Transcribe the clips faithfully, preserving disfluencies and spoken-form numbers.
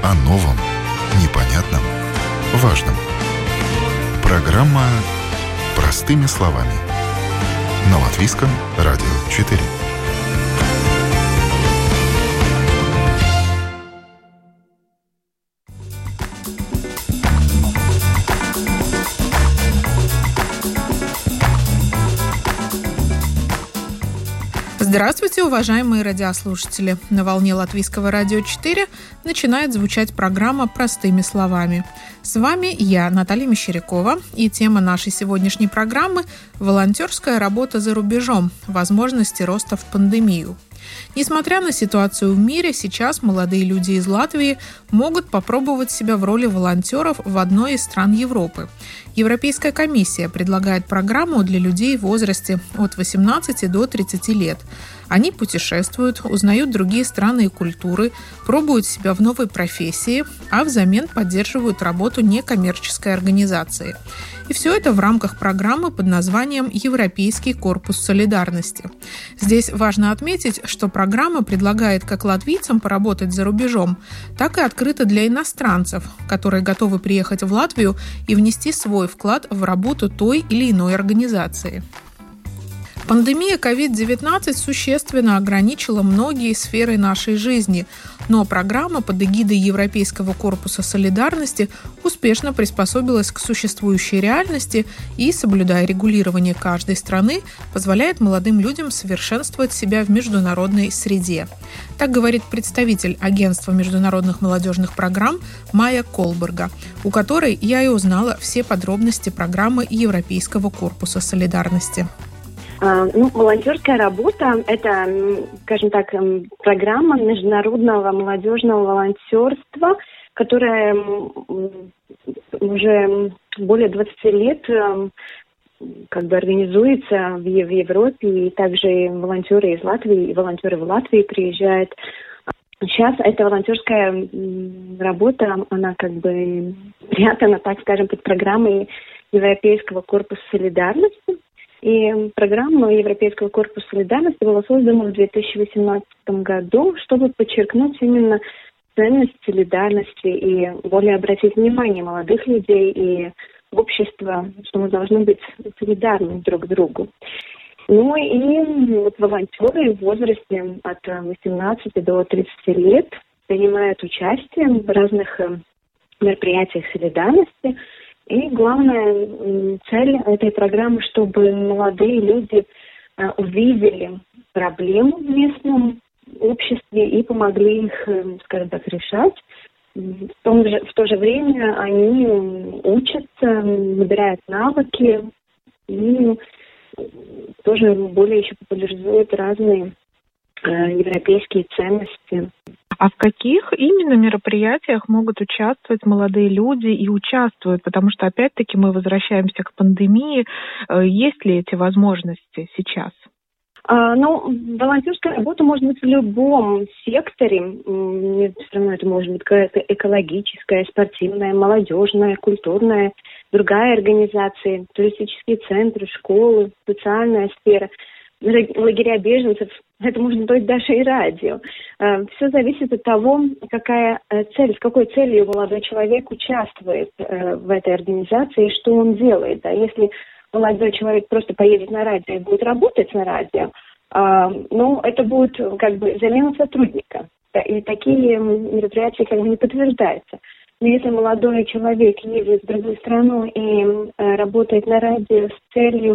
О новом, непонятном, важном. Программа «Простыми словами» на Латвийском радио четыре. Здравствуйте, уважаемые радиослушатели! На волне Латвийского радио четыре начинает звучать программа «Простыми словами». С вами я, Наталья Мещерякова, и тема нашей сегодняшней программы – волонтерская работа за рубежом, возможности роста в пандемию. Несмотря на ситуацию в мире, сейчас молодые люди из Латвии могут попробовать себя в роли волонтеров в одной из стран Европы. Европейская комиссия предлагает программу для людей в возрасте от восемнадцати до тридцати лет. Они путешествуют, узнают другие страны и культуры, пробуют себя в новой профессии, а взамен поддерживают работу некоммерческой организации. И все это в рамках программы под названием «Европейский корпус солидарности». Здесь важно отметить, что программа предлагает как латвийцам поработать за рубежом, так и открыта для иностранцев, которые готовы приехать в Латвию и внести свой вклад в работу той или иной организации. Пандемия ковид девятнадцать существенно ограничила многие сферы нашей жизни, но программа под эгидой Европейского корпуса солидарности успешно приспособилась к существующей реальности и, соблюдая регулирование каждой страны, позволяет молодым людям совершенствовать себя в международной среде. Так говорит представитель Агентства международных молодежных программ Майя Колберга, у которой я и узнала все подробности программы Европейского корпуса солидарности. Ну, волонтерская работа – это, скажем так, программа международного молодежного волонтерства, которая уже более двадцати лет как бы организуется в Европе, и также волонтеры из Латвии и волонтеры в Латвии приезжают. Сейчас эта волонтерская работа, она как бы спрятана, так скажем, под программой Европейского корпуса солидарности. И программа Европейского корпуса солидарности была создана в две тысячи восемнадцатом году, чтобы подчеркнуть именно ценность солидарности и более обратить внимание молодых людей и общества, что мы должны быть солидарны друг к другу. Ну и вот волонтеры в возрасте от восемнадцати до тридцати лет принимают участие в разных мероприятиях солидарности. И главная цель этой программы, чтобы молодые люди а, увидели проблемы в местном обществе и помогли их, скажем так, решать. В, том же, в то же время они учатся, набирают навыки и тоже более еще популяризуют разные а, европейские ценности. А в каких именно мероприятиях могут участвовать молодые люди и участвуют? Потому что, опять-таки, мы возвращаемся к пандемии. Есть ли эти возможности сейчас? А, ну, волонтерская работа может быть в любом секторе. Все равно это может быть какая-то экологическая, спортивная, молодежная, культурная, другая организация, туристические центры, школы, социальная сфера, лагеря беженцев. Это может быть даже и радио. Все зависит от того, какая цель, с какой целью молодой человек участвует в этой организации и что он делает. Да? Если молодой человек просто поедет на радио и будет работать на радио, ну, это будет как бы замена сотрудника. И такие мероприятия как бы не подтверждаются. Но если молодой человек едет в другую страну и работает на радио с целью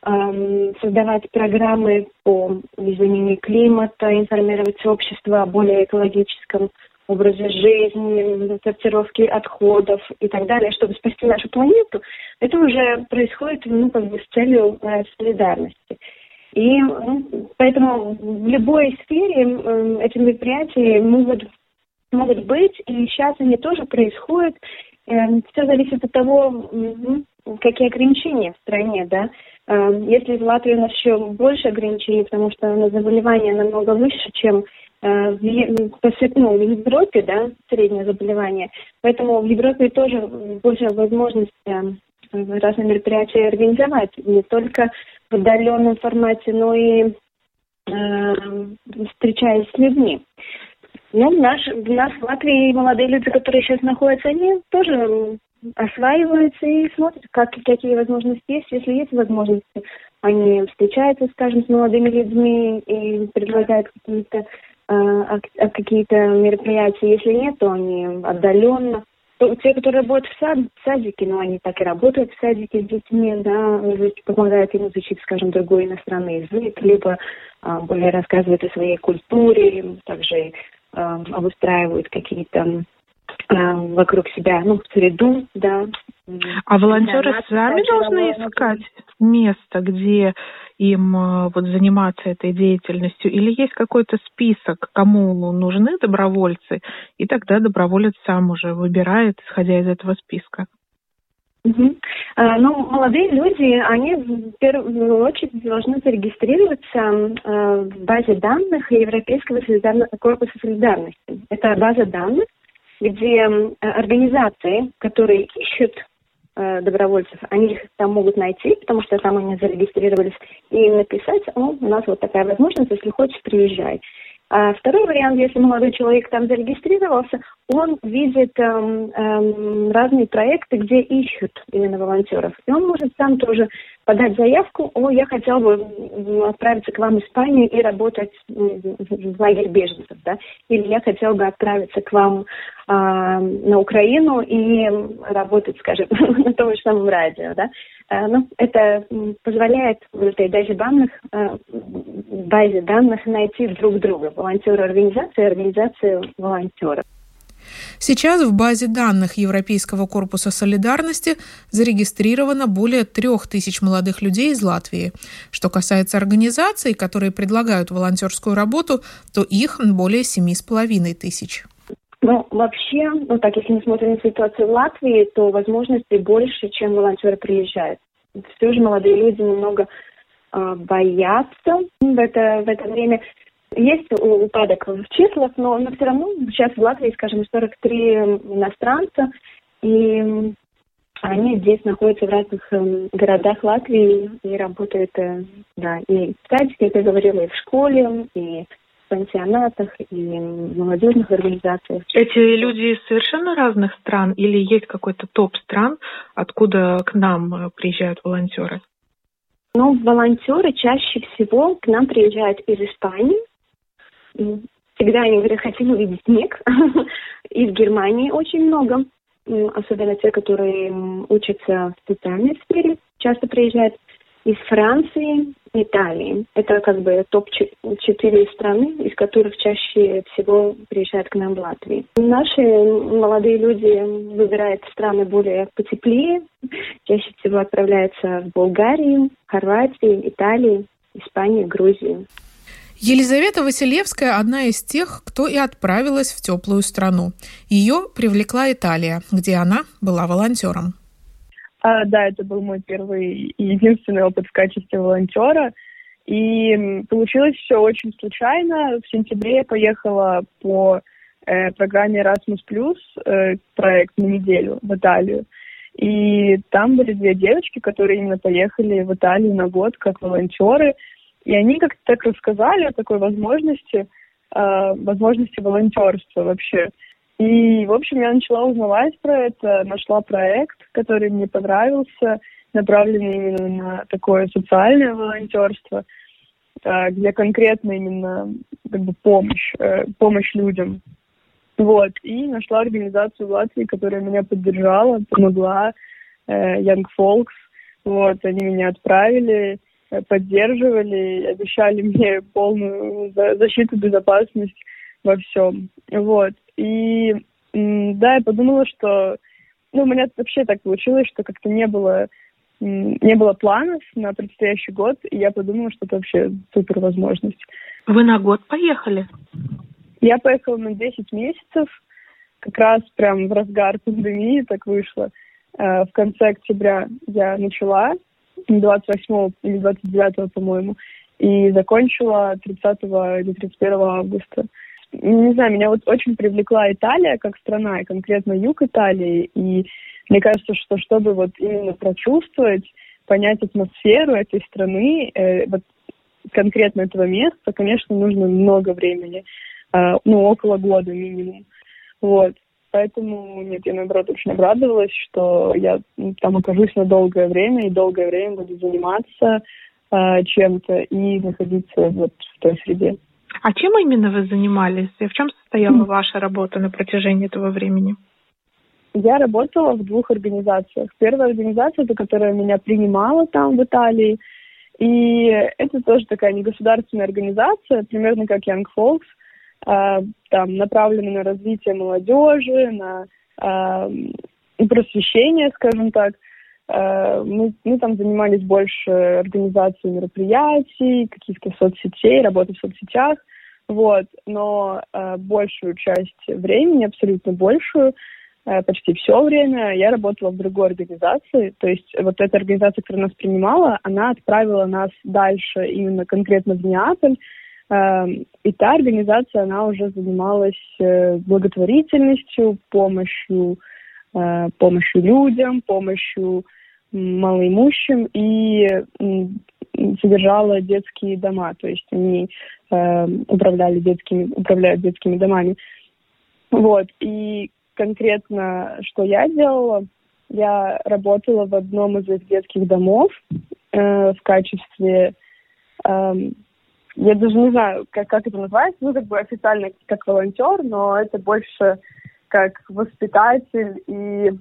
создавать программы по изменению климата, информировать общество о более экологическом образе жизни, сортировке отходов и так далее, чтобы спасти нашу планету, это уже происходит ну, как бы с целью э, солидарности. И ну, поэтому в любой сфере э, эти мероприятия могут, могут быть, и сейчас они тоже происходят. Э, все зависит от того, э, какие ограничения в стране, да. Если в Латвии у нас еще больше ограничений, потому что у нас заболевание намного выше, чем э, в, ну, в Европе, да, среднее заболевание. Поэтому в Европе тоже больше возможности э, разные мероприятия организовать, не только в удаленном формате, но и э, встречаясь с людьми. Ну, наш, у нас в Латвии молодые люди, которые сейчас находятся, они тоже осваиваются и смотрят, как, какие возможности есть. Если есть возможности, они встречаются, скажем, с молодыми людьми и предлагают какие-то, э, какие-то мероприятия. Если нет, то они отдаленно. То, те, которые работают в, сад, в садике, ну, они так и работают в садике с детьми, да, помогают им изучить, скажем, другой иностранный язык, либо э, более рассказывают о своей культуре, также э, обустраивают какие-то вокруг себя, ну, в среду, да. А волонтеры да, сами должны искать место, где им вот заниматься этой деятельностью? Или есть какой-то список, кому нужны добровольцы, и тогда доброволец сам уже выбирает, исходя из этого списка? Угу. А, ну, молодые люди, они в первую очередь должны зарегистрироваться а, в базе данных Европейского солидарно- корпуса солидарности. Это база данных, где организации, которые ищут э, добровольцев, они их там могут найти, потому что там они зарегистрировались, и им написать, ну, у нас вот такая возможность, если хочешь, приезжай. А второй вариант, если молодой человек там зарегистрировался, он видит эм, эм, разные проекты, где ищут именно волонтеров. И он может сам тоже подать заявку: о, я хотел бы отправиться к вам в Испанию и работать в лагере беженцев, да, или я хотел бы отправиться к вам э, на Украину и работать, скажем, на том же самом радио, да. Э, ну, это позволяет в этой базе данных, э, базе данных найти друг друга, волонтеры организации, организации волонтеров. Сейчас в базе данных Европейского корпуса солидарности зарегистрировано более трех тысяч молодых людей из Латвии. Что касается организаций, которые предлагают волонтерскую работу, то их более семи с половиной тысяч. Ну, вообще, ну так, если мы смотрим на ситуацию в Латвии, то возможностей больше, чем волонтеры приезжают. Все же молодые люди немного э, боятся в это, в это время. Есть упадок в числах, но, но все равно сейчас в Латвии, скажем, сорок три иностранца, и они здесь находятся в разных городах Латвии и работают, да, и в садике, как я говорила, и в школе, и в пансионатах, и в молодежных организациях. Эти люди из совершенно разных стран или есть какой-то топ стран, откуда к нам приезжают волонтеры? Ну, волонтеры чаще всего к нам приезжают из Испании. Всегда они говорят: хотим увидеть снег. Из Германии очень много, особенно те, которые учатся в специальной сфере, часто приезжают. Из Франции, Италии. Это как бы топ-четыре страны, из которых чаще всего приезжают к нам в Латвии. Наши молодые люди выбирают страны более потеплее, чаще всего отправляются в Болгарию, Хорватию, Италию, Испанию, Грузию. Елизавета Василевская – одна из тех, кто и отправилась в теплую страну. Ее привлекла Италия, где она была волонтером. А, да, это был мой первый и единственный опыт в качестве волонтера. И получилось все очень случайно. В сентябре я поехала по э, программе Erasmus+, э, проект на неделю в Италию. И там были две девочки, которые именно поехали в Италию на год как волонтеры. И они как-то так рассказали о такой возможности, э, возможности волонтерства вообще. И, в общем, я начала узнавать про это, нашла проект, который мне понравился, направленный именно на такое социальное волонтерство, э, где конкретно именно как бы помощь, э, помощь людям. Вот. И нашла организацию в Латвии, которая меня поддержала, помогла, э, Young Folks. Вот. Они меня отправили, поддерживали, обещали мне полную защиту, безопасность во всем. Вот. И да, я подумала, что ну, у меня вообще так получилось, что как-то не было, не было планов на предстоящий год, и я подумала, что это вообще супер возможность. Вы на год поехали? Я поехала на десять месяцев, как раз прям в разгар пандемии так вышло. В конце октября я начала, двадцать восьмого или двадцать девятого, по-моему, и закончила тридцатого или тридцать первого августа. Не знаю, меня вот очень привлекла Италия как страна, и конкретно юг Италии, и мне кажется, что чтобы вот именно прочувствовать, понять атмосферу этой страны, э, вот конкретно этого места, конечно, нужно много времени. ну, около года минимум. Вот. Поэтому, нет, я, наоборот, очень обрадовалась, что я там окажусь на долгое время, и долгое время буду заниматься э, чем-то и находиться вот в той среде. А чем именно вы занимались? И в чем состояла ваша работа на протяжении этого времени? Я работала в двух организациях. Первая организация, это которая меня принимала там, в Италии, и это тоже такая негосударственная организация, примерно как Young Folks, там направлены на развитие молодежи, на э, просвещение, скажем так. Э, мы, мы там занимались больше организацией мероприятий, каких-то соцсетей, работы в соцсетях, вот. Но э, большую часть времени, абсолютно большую, э, почти все время я работала в другой организации. То есть вот эта организация, которая нас принимала, она отправила нас дальше именно конкретно в Неаполь. И та организация, она уже занималась благотворительностью, помощью, помощью людям, помощью малоимущим и содержала детские дома, то есть они управляли детскими, управляют детскими домами. Вот, и конкретно, что я делала, я работала в одном из их детских домов в качестве... Я даже не знаю, как, как это называется, ну, как бы официально как волонтер, но это больше как воспитатель и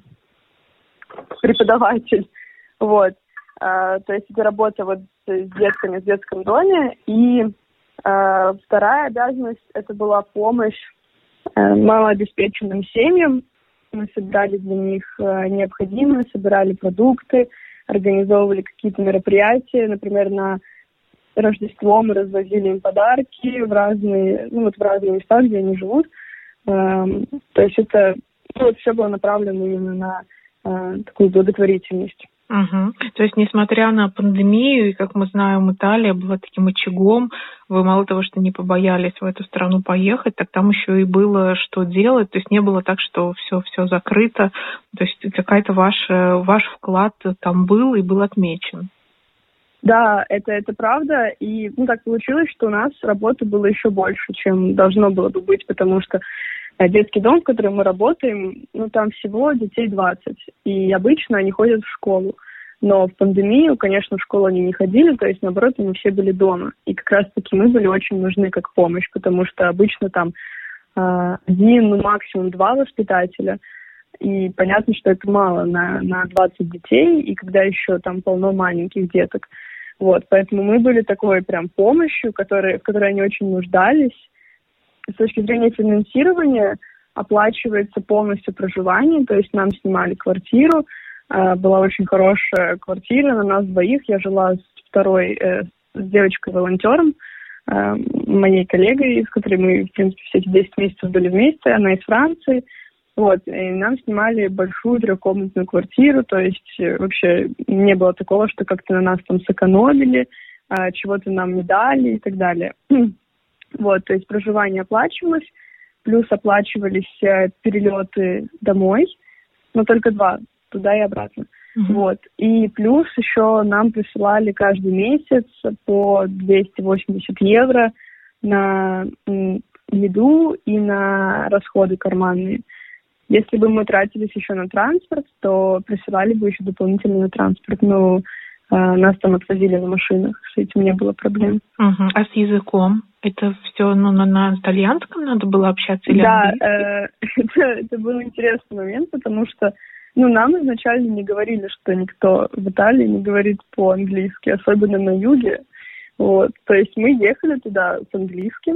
преподаватель. Вот. А, то есть это работа вот с детками в детском доме. И а, вторая обязанность – это была помощь а, малообеспеченным семьям. Мы собирали для них а, необходимое, собирали продукты, организовывали какие-то мероприятия, например, на Рождество мы развозили им подарки в разные, ну вот в разные места, где они живут. Эм, то есть это, ну, вот все было направлено именно на э, такую благотворительность. Угу. То есть, несмотря на пандемию, и, как мы знаем, Италия была таким очагом, вы мало того, что не побоялись в эту страну поехать, так там еще и было что делать. То есть не было так, что все, все закрыто. То есть какая-то ваша, ваш вклад там был и был отмечен. Да, это, это правда, и ну, так получилось, что у нас работы было еще больше, чем должно было бы быть, потому что детский дом, в котором мы работаем, ну, там всего детей двадцать, и обычно они ходят в школу, но в пандемию, конечно, в школу они не ходили, то есть, наоборот, они все были дома, и как раз-таки мы были очень нужны как помощь, потому что обычно там один, ну, максимум два воспитателя, и понятно, что это мало на, на двадцать детей, и когда еще там полно маленьких деток. Вот, поэтому мы были такой прям помощью, которой, в которой они очень нуждались. С точки зрения финансирования оплачивается полностью проживание, то есть нам снимали квартиру, э, была очень хорошая квартира на нас двоих. Я жила с второй, э, с девочкой-волонтером, э, моей коллегой, с которой мы, в принципе, все эти десять месяцев были вместе, она из Франции. Вот, и нам снимали большую трехкомнатную квартиру, то есть вообще не было такого, что как-то на нас там сэкономили, а, чего-то нам не дали и так далее. Вот, то есть проживание оплачивалось, плюс оплачивались перелеты домой, но только два, туда и обратно. Mm-hmm. Вот, и плюс еще нам присылали каждый месяц по двести восемьдесят евро на еду и на расходы карманные. Если бы мы тратились еще на транспорт, то присылали бы еще дополнительно на транспорт. Но э, нас там отвозили на машинах, с этим не было проблем. Uh-huh. А с языком? Это все ну, на, на итальянском надо было общаться? Или да, э, это, это был интересный момент, потому что ну, нам изначально не говорили, что никто в Италии не говорит по-английски, особенно на юге. Вот. То есть мы ехали туда с английским,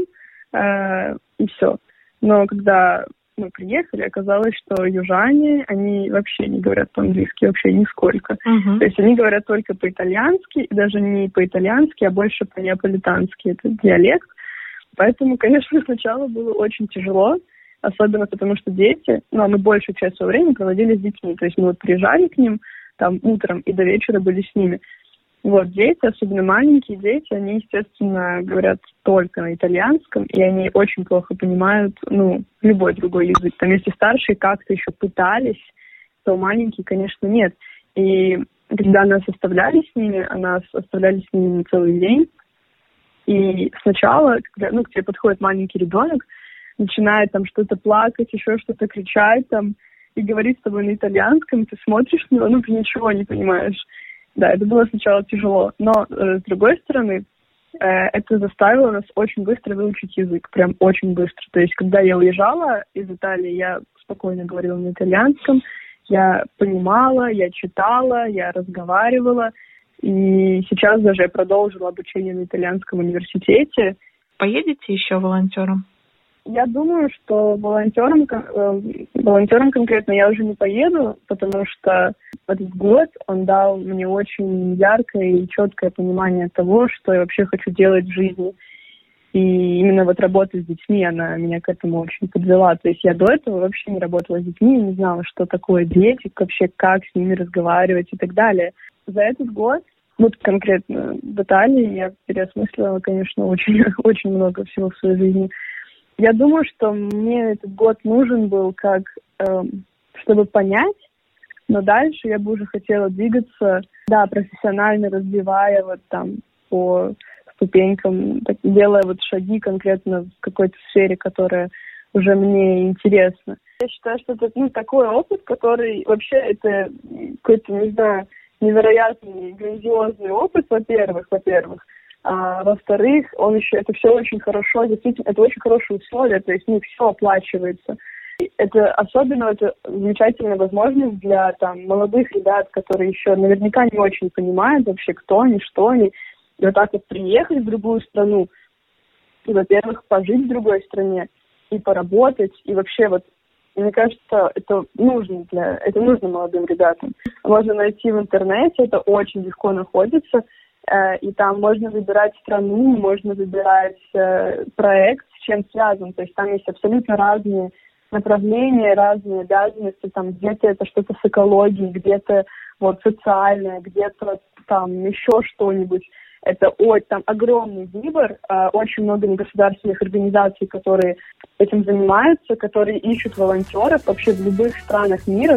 э, и все. Но когда мы приехали, оказалось, что южане, они вообще не говорят по-английски, вообще нисколько. Uh-huh. То есть они говорят только по-итальянски, и даже не по-итальянски, а больше по-неаполитански. Это диалект. Поэтому, конечно, сначала было очень тяжело, особенно потому что дети, ну, а мы большую часть своего времени проводили с детьми. То есть мы вот приезжали к ним там утром и до вечера были с ними. Вот, дети, особенно маленькие дети, они, естественно, говорят только на итальянском, и они очень плохо понимают, ну, любой другой язык. Там, если старшие как-то еще пытались, то маленькие, конечно, нет. И когда нас оставляли с ними, а нас оставляли с ними на целый день, и сначала, когда, ну, к тебе подходит маленький ребенок, начинает там что-то плакать, еще что-то кричать там и говорит с тобой на итальянском, ты смотришь на него, ну, ты ничего не понимаешь. Да, это было сначала тяжело, но э, с другой стороны, э, это заставило нас очень быстро выучить язык, прям очень быстро. То есть, когда я уезжала из Италии, я спокойно говорила на итальянском, я понимала, я читала, я разговаривала, и сейчас даже я продолжила обучение на итальянском университете. Поедете еще волонтером? Я думаю, что волонтером, волонтером конкретно я уже не поеду, потому что этот год он дал мне очень яркое и четкое понимание того, что я вообще хочу делать в жизни. И именно вот работа с детьми, она меня к этому очень подвела. То есть я до этого вообще не работала с детьми, не знала, что такое дети, вообще как с ними разговаривать и так далее. За этот год, вот конкретно в Италии, я переосмыслила, конечно, очень, очень много всего в своей жизни. Я думаю, что мне этот год нужен был как, э, чтобы понять, но дальше я бы уже хотела двигаться, да, профессионально развивая вот там по ступенькам, так, делая вот шаги конкретно в какой-то сфере, которая уже мне интересна. Я считаю, что это ну, такой опыт, который вообще это какой-то, не знаю, невероятный, грандиозный опыт, во-первых, во-первых. А во-вторых, он еще, это все очень хорошо, действительно, это очень хорошие условия, то есть, ну, все оплачивается. Это особенно это замечательная возможность для там молодых ребят, которые еще наверняка не очень понимают вообще, кто они, что они. И вот так вот приехать в другую страну, и, во-первых, пожить в другой стране, и поработать, и вообще вот, мне кажется, это нужно для, это нужно молодым ребятам. Можно найти в интернете, это очень легко находится, и там можно выбирать страну, можно выбирать э, проект, с чем связан. То есть там есть абсолютно разные направления, разные обязанности. Там где-то это что-то с экологией, где-то вот социальное, где-то там еще что-нибудь. Это ой, там огромный выбор, э, очень много негосударственных организаций, которые этим занимаются, которые ищут волонтеров вообще в любых странах мира.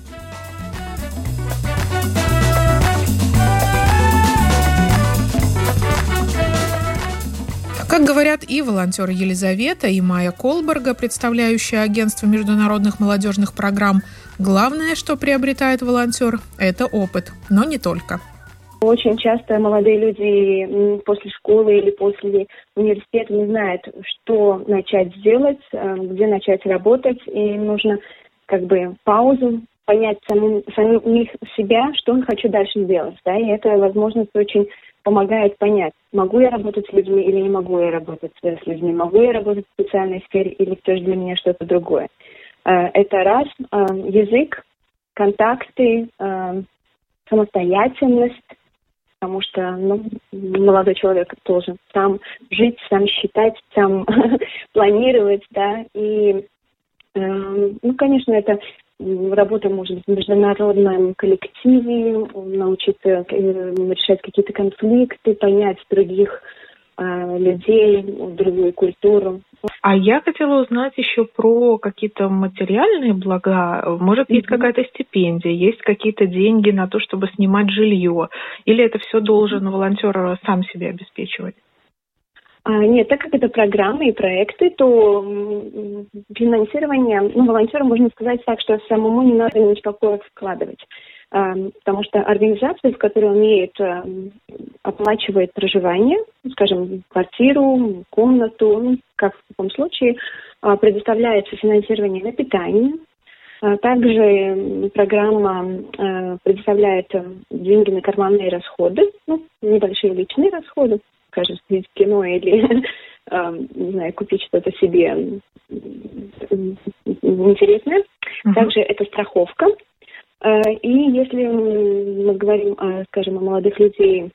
Как говорят и волонтеры Елизавета, и Майя Колберга, представляющая агентство международных молодежных программ, главное, что приобретает волонтер, это опыт, но не только. Очень часто молодые люди после школы или после университета не знают, что начать делать, где начать работать, и им нужно как бы паузу, понять саму, саму себя, что он хочу дальше делать. Да? И эта возможность очень помогает понять, могу я работать с людьми или не могу я работать с людьми, могу я работать в специальной сфере или все же для меня что-то другое. Это раз, язык, контакты, самостоятельность, потому что ну, молодой человек должен сам жить, сам считать, сам планировать, да, и, ну, конечно, это работа, может быть, в международном коллективе, научиться решать какие-то конфликты, понять других э, людей, другую культуру. А я хотела узнать еще про какие-то материальные блага. Может, есть mm-hmm. какая-то стипендия, есть какие-то деньги на то, чтобы снимать жилье? Или это все должен волонтер сам себе обеспечивать? Нет, так как это программы и проекты, то финансирование, ну, волонтеру можно сказать так, что самому не надо ничего вкладывать. Потому что организация, в которой умеет, оплачивает проживание, скажем, квартиру, комнату, ну, как в таком случае, предоставляется финансирование на питание. Также программа предоставляет деньги на карманные расходы, ну, небольшие личные расходы, скажем, сходить в кино или, не знаю, купить что-то себе интересное. Uh-huh. Также это страховка. И если мы говорим, скажем, о молодых людей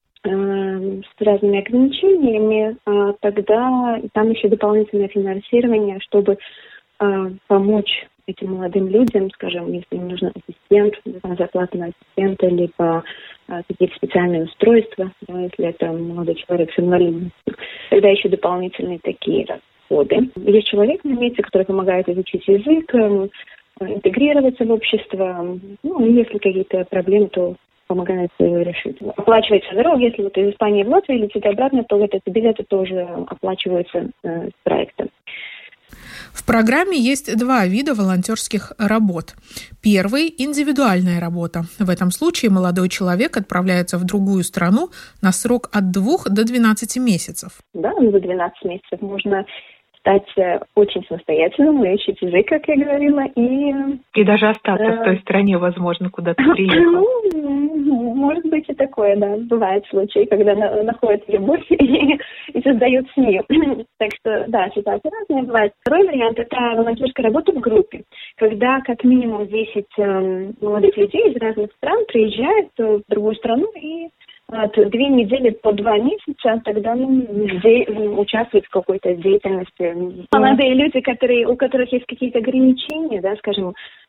с разными ограничениями, тогда там еще дополнительное финансирование, чтобы помочь этим молодым людям, скажем, если им нужен ассистент, зарплата на ассистента, либо а, какие-то специальные устройства, да, если это молодой человек с инвалидностью, тогда еще дополнительные такие расходы. Есть человек на месте, который помогает изучить язык, интегрироваться в общество, ну, если какие-то проблемы, то помогает решить. Оплачивается дорога, если вот из Испании в Латвию летит обратно, то вот эти билеты тоже оплачиваются э, с проекта. В программе есть два вида волонтерских работ. Первый – индивидуальная работа. В этом случае молодой человек отправляется в другую страну на срок от двух до двенадцати месяцев. Да, за двенадцать месяцев можно стать очень самостоятельным, выучить язык, как я говорила, и... И даже остаться э... в той стране, возможно, куда ты приехал. Ну, может быть и такое, да. Бывают случаи, когда на- находят любовь и, и создают семью. Так что, да, ситуации разные бывают. Второй вариант – это волонтерская работа в группе, когда как минимум десять э, молодых людей из разных стран приезжают в другую страну и от две недели по два месяца тогда ну, де- участвуют в какой-то деятельности. Молодые люди, которые, у которых есть какие-то ограничения, да, скажем,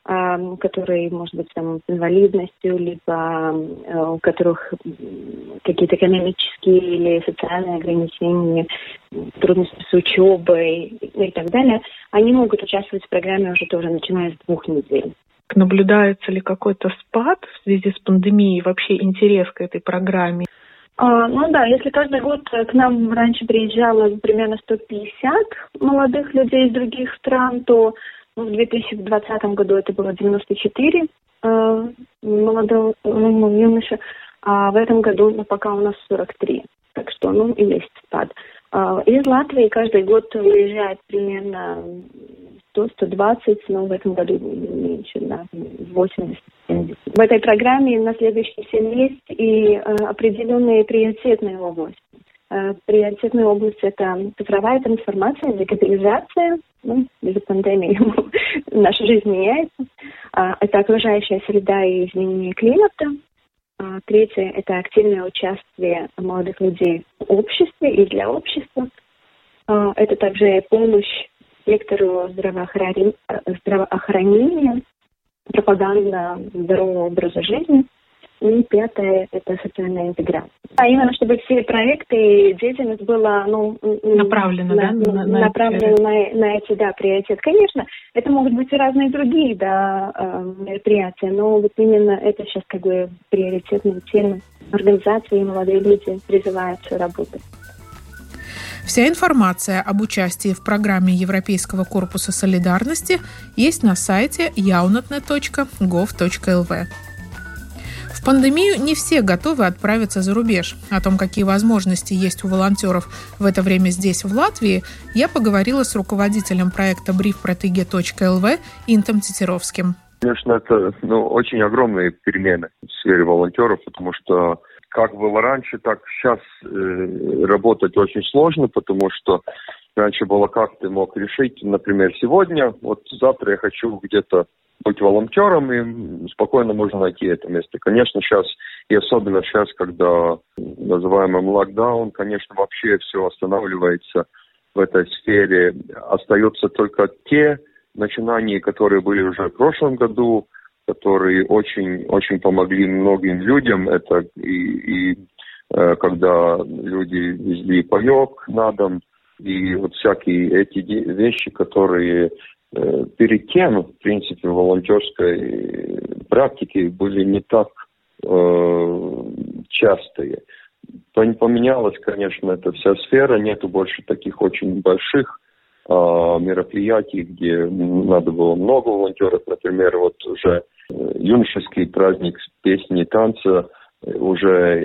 э, которые, может быть, там, с инвалидностью, либо э, у которых какие-то экономические или социальные ограничения, трудности с учебой и так далее, они могут участвовать в программе уже тоже начиная с двух недель. Наблюдается ли какой-то спад в связи с пандемией, вообще интерес к этой программе? А, ну да, если каждый год к нам раньше приезжало примерно сто пятьдесят молодых людей из других стран, то в две тысячи двадцатом году это было девяносто четыре э, молодого ну, юноша, а в этом году ну, пока у нас сорок три. Так что, ну, и есть спад. А, из Латвии каждый год выезжает примерно сто - сто двадцать, но в этом году меньше, да, восемьдесят - семьдесят. В этой программе на следующий семь есть и э, определенные приоритетные области. Э, приоритетные области – это цифровая трансформация, дигитализация. Ну, из-за пандемии наша жизнь меняется. А, это окружающая среда и изменение климата. А, третье – это активное участие молодых людей в обществе и для общества. А, это также помощь сектору здравоохранения, здравоохранения, пропаганда здорового образа жизни. И пятое – это социальная интеграция. А именно, чтобы все проекты и деятельность была ну, направлена, на, да, на, на, направлена на, на эти да, приоритеты. Конечно, это могут быть и разные другие да, мероприятия, но вот именно это сейчас как бы приоритетная тема. Организации и молодые люди призываются работать. Вся информация об участии в программе Европейского корпуса солидарности есть на сайте яунатне точка гов точка эл ви. В пандемию не все готовы отправиться за рубеж. О том, какие возможности есть у волонтеров в это время здесь, в Латвии, я поговорила с руководителем проекта бриф протеге точка эл ви Интом Тетеровским. Конечно, это ну, очень огромные перемены в сфере волонтеров, потому что как было раньше, так сейчас э, работать очень сложно, потому что раньше было как ты мог решить, например, сегодня, вот завтра я хочу где-то быть волонтером, и спокойно можно найти это место. Конечно, сейчас, и особенно сейчас, когда называемый локдаун, конечно, вообще все останавливается в этой сфере. Остаются только те начинания, которые были уже в прошлом году, которые очень, очень помогли многим людям. Это и, и э, когда люди везли паёк на дом, и вот всякие эти вещи, которые э, перед тем, в принципе, в волонтерской практике были не так э, частые. Поменялась, конечно, эта вся сфера, нету больше таких очень больших э, мероприятий, где надо было много волонтеров. Например, вот уже юношеский праздник песни и танца, уже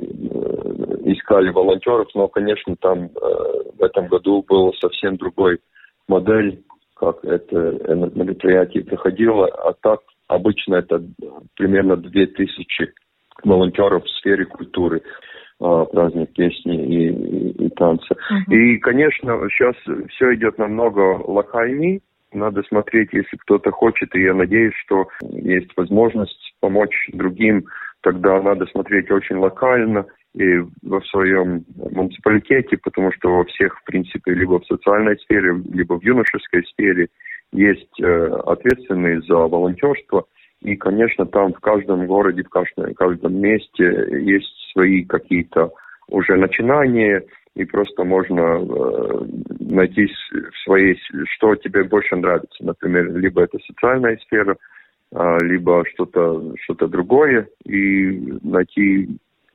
искали волонтеров, но, конечно, там в этом году была совсем другой модель, как это мероприятие проходило, а так обычно это примерно две тысячи волонтеров в сфере культуры, праздник песни и, и, и танца. Uh-huh. И, конечно, сейчас все идет намного локальней. Надо смотреть, если кто-то хочет, и я надеюсь, что есть возможность помочь другим, тогда надо смотреть очень локально и во своем муниципалитете, потому что во всех, в принципе, либо в социальной сфере, либо в юношеской сфере есть э, ответственные за волонтерство. И, конечно, там в каждом городе, в каждом, в каждом месте есть свои какие-то уже начинания, и просто можно э, найти в своей, что тебе больше нравится. Например, либо это социальная сфера, э, либо что-то, что-то другое, и найти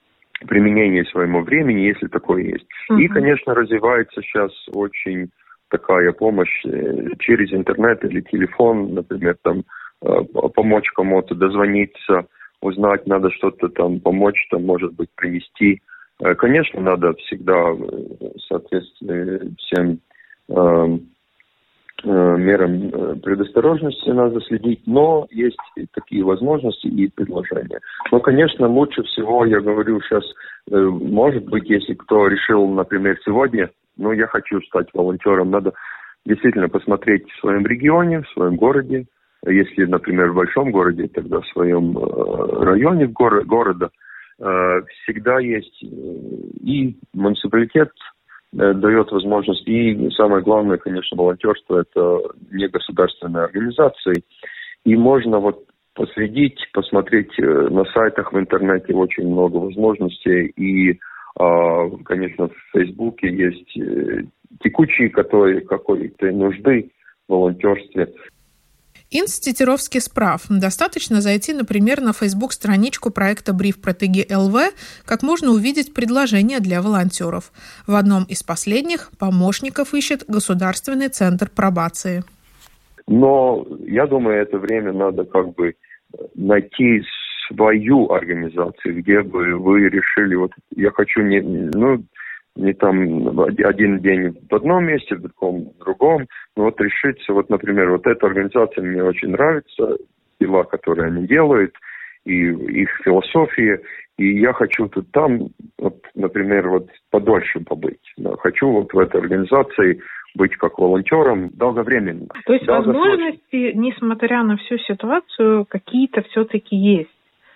применение своему времени, если такое есть. Uh-huh. И, конечно, развивается сейчас очень такая помощь через интернет или телефон, например, там помочь кому-то дозвониться, узнать, надо что-то там помочь, там, может быть, принести. Конечно, надо всегда в соответствии всем э, э, мерам предосторожности надо следить, но есть и такие возможности и предложения. Но, конечно, лучше всего, я говорю сейчас, э, может быть, если кто решил, например, сегодня, ну, я хочу стать волонтером, надо действительно посмотреть в своем регионе, в своем городе. Если, например, в большом городе, тогда в своем э, районе горо- города, всегда есть и муниципалитет дает возможность, и самое главное, конечно, волонтерство, это не государственные организации, и можно вот последить, посмотреть на сайтах в интернете очень много возможностей, и, конечно, в Фейсбуке есть текущие, которые какой-то нужды в волонтерстве. Инс Тетеровский справ. Достаточно зайти, например, на Facebook-страничку проекта Бриф Протеги ЛВ, как можно увидеть предложения для волонтеров. В одном из последних помощников ищет Государственный центр пробации. Но я думаю, это время надо как бы найти свою организацию, где бы вы решили, вот я хочу не, ну, не там один день в одном месте, в другом, в другом, но вот решиться, вот, например, вот эта организация мне очень нравится, дела, которые они делают, и их философия, и я хочу тут там, вот, например, вот подольше побыть. Да, хочу вот в этой организации быть как волонтером долговременно. То есть возможности, несмотря на всю ситуацию, какие-то все-таки есть?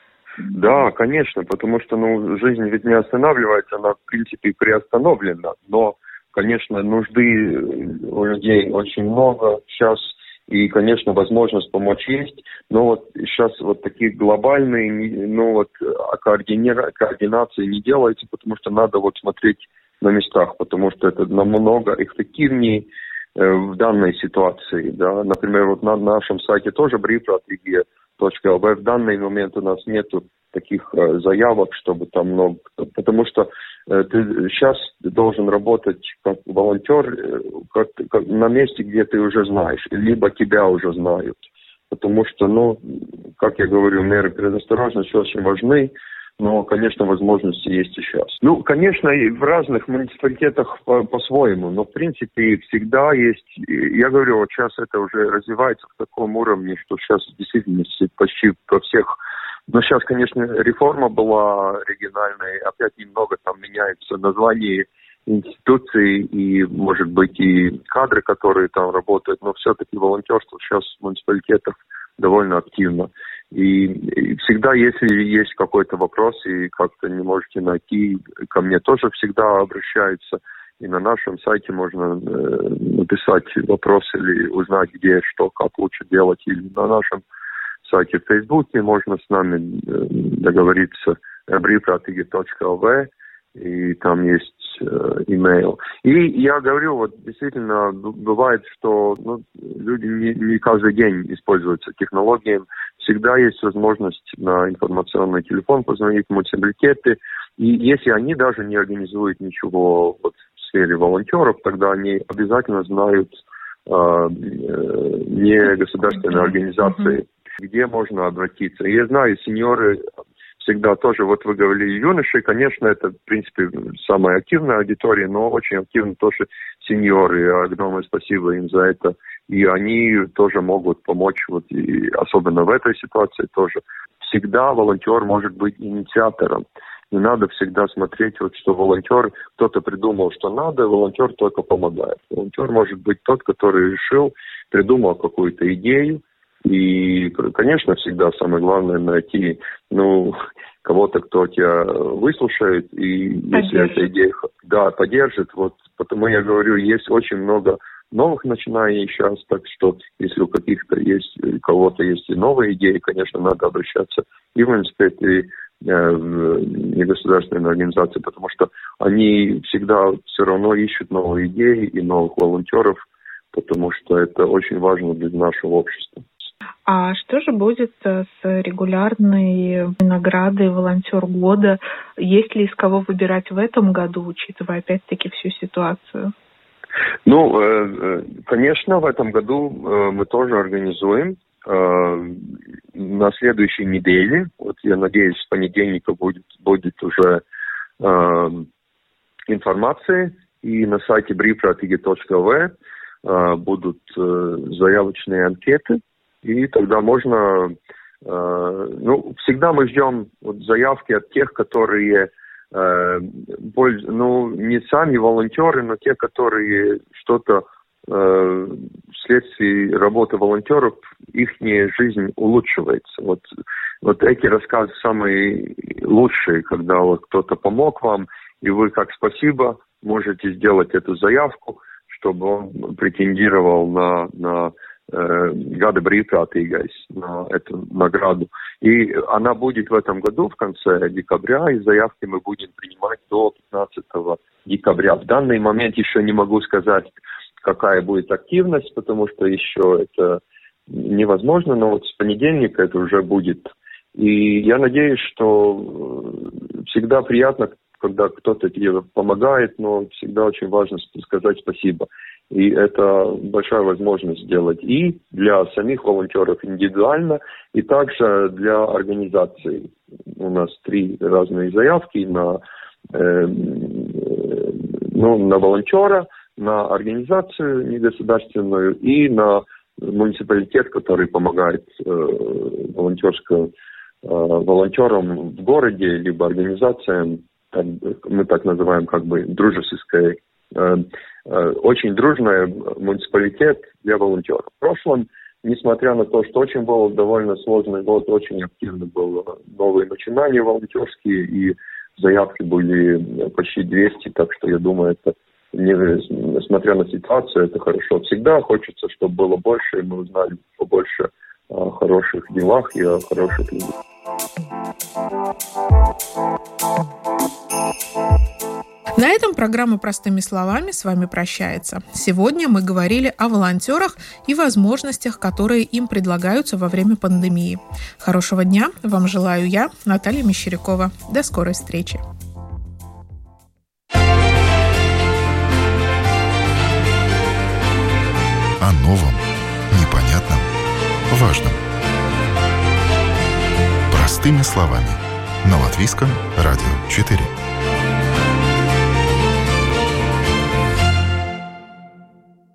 Да, конечно, потому что, ну, жизнь ведь не останавливается, она, в принципе, приостановлена. Но, конечно, нужды у людей очень много сейчас, и, конечно, возможность помочь есть. Но вот сейчас вот такие глобальные, ну, вот, координи- координации не делается, потому что надо вот смотреть на местах, потому что это намного эффективнее э, в данной ситуации. Да? Например, вот на нашем сайте тоже бриф протеги точка эл ви. В данный момент у нас нету таких э, заявок, чтобы там много... Потому что э, ты сейчас должен работать как волонтер э, как, как на месте, где ты уже знаешь, либо тебя уже знают. Потому что, ну, как я говорю, меры предосторожности очень важны, но, конечно, возможности есть и сейчас. Ну, конечно, и в разных муниципалитетах по- по-своему, но, в принципе, всегда есть... Я говорю, вот сейчас это уже развивается в таком уровне, что сейчас действительно почти во всех... Но сейчас, конечно, реформа была региональная, опять немного там меняется название институций и, может быть, и кадры, которые там работают, но все-таки волонтерство сейчас в муниципалитетах довольно активно. И, и всегда, если есть какой-то вопрос и как-то не можете найти, ко мне тоже всегда обращаются. И на нашем сайте можно э, написать вопрос или узнать, где, что, как лучше делать. Или на нашем сайте в Фейсбуке можно с нами э, договориться бриф протеги точка эл ви, и там есть э, имейл. И я говорю, вот действительно бывает, что ну, люди не, не каждый день используются технологиями. Всегда есть возможность на информационный телефон позвонить в муниципалитеты. И если они даже не организуют ничего вот, в сфере волонтеров, тогда они обязательно знают э, э, негосударственные организации, где можно обратиться. И я знаю, сеньоры всегда тоже, вот вы говорили, юноши, конечно, это, в принципе, самая активная аудитория, но очень активны тоже сеньоры, и огромное спасибо им за это. И они тоже могут помочь, вот, и особенно в этой ситуации тоже. Всегда волонтер может быть инициатором. Не надо всегда смотреть, вот, что волонтер, кто-то придумал, что надо, волонтер только помогает. Волонтер может быть тот, который решил, придумал какую-то идею. И, конечно, всегда самое главное найти, ну, кого-то, кто тебя выслушает, и поддержит. Если эта идея, да, поддержит, вот, потому я говорю, есть очень много новых начинаний сейчас, так что, если у каких-то есть, у кого-то есть и новые идеи, конечно, надо обращаться и в муниципалитет, и э, в негосударственные организации, потому что они всегда все равно ищут новые идеи и новых волонтеров, потому что это очень важно для нашего общества. А что же будет с регулярной наградой «Волонтер года»? Есть ли из кого выбирать в этом году, учитывая опять-таки всю ситуацию? Ну, конечно, в этом году мы тоже организуем на следующей неделе. Вот я надеюсь, с понедельника будет, будет уже информация. И на сайте brīvprātīgie точка эл ви будут заявочные анкеты. И тогда можно... Ну, всегда мы ждем вот заявки от тех, которые... Ну, не сами волонтеры, но те, которые что-то э, вследствие работы волонтеров, их жизнь улучшивается. Вот, вот эти рассказы самые лучшие, когда вот кто-то помог вам, и вы как спасибо можете сделать эту заявку, чтобы он претендировал на, на Gada brīvprātīgais, на эту награду. И она будет в этом году, в конце декабря, и заявки мы будем принимать до пятнадцатого декабря. В данный момент еще не могу сказать, какая будет активность, потому что еще это невозможно, но вот с понедельника это уже будет. И я надеюсь, что всегда приятно, когда кто-то тебе помогает, но всегда очень важно сказать спасибо. И это большая возможность сделать и для самих волонтеров индивидуально, и также для организаций. У нас три разные заявки на, э, ну, на волонтера, на организацию негосударственную и на муниципалитет, который помогает э, волонтерским э, волонтерам в городе, либо организациям, мы так называем как бы дружеской. Очень дружный муниципалитет для волонтеров. В прошлом, несмотря на то, что очень был довольно сложный год, очень активно было новые начинания волонтерские, и заявки были почти двести, так что я думаю, это, несмотря на ситуацию, это хорошо. Всегда хочется, чтобы было больше, и мы узнали побольше о хороших делах и о хороших людях. На этом программа «Простыми словами» с вами прощается. Сегодня мы говорили о волонтерах и возможностях, которые им предлагаются во время пандемии. Хорошего дня вам желаю я, Наталья Мещерякова. До скорой встречи. О новом, непонятном, важном. Простыми словами. На Латвийском радио четыре.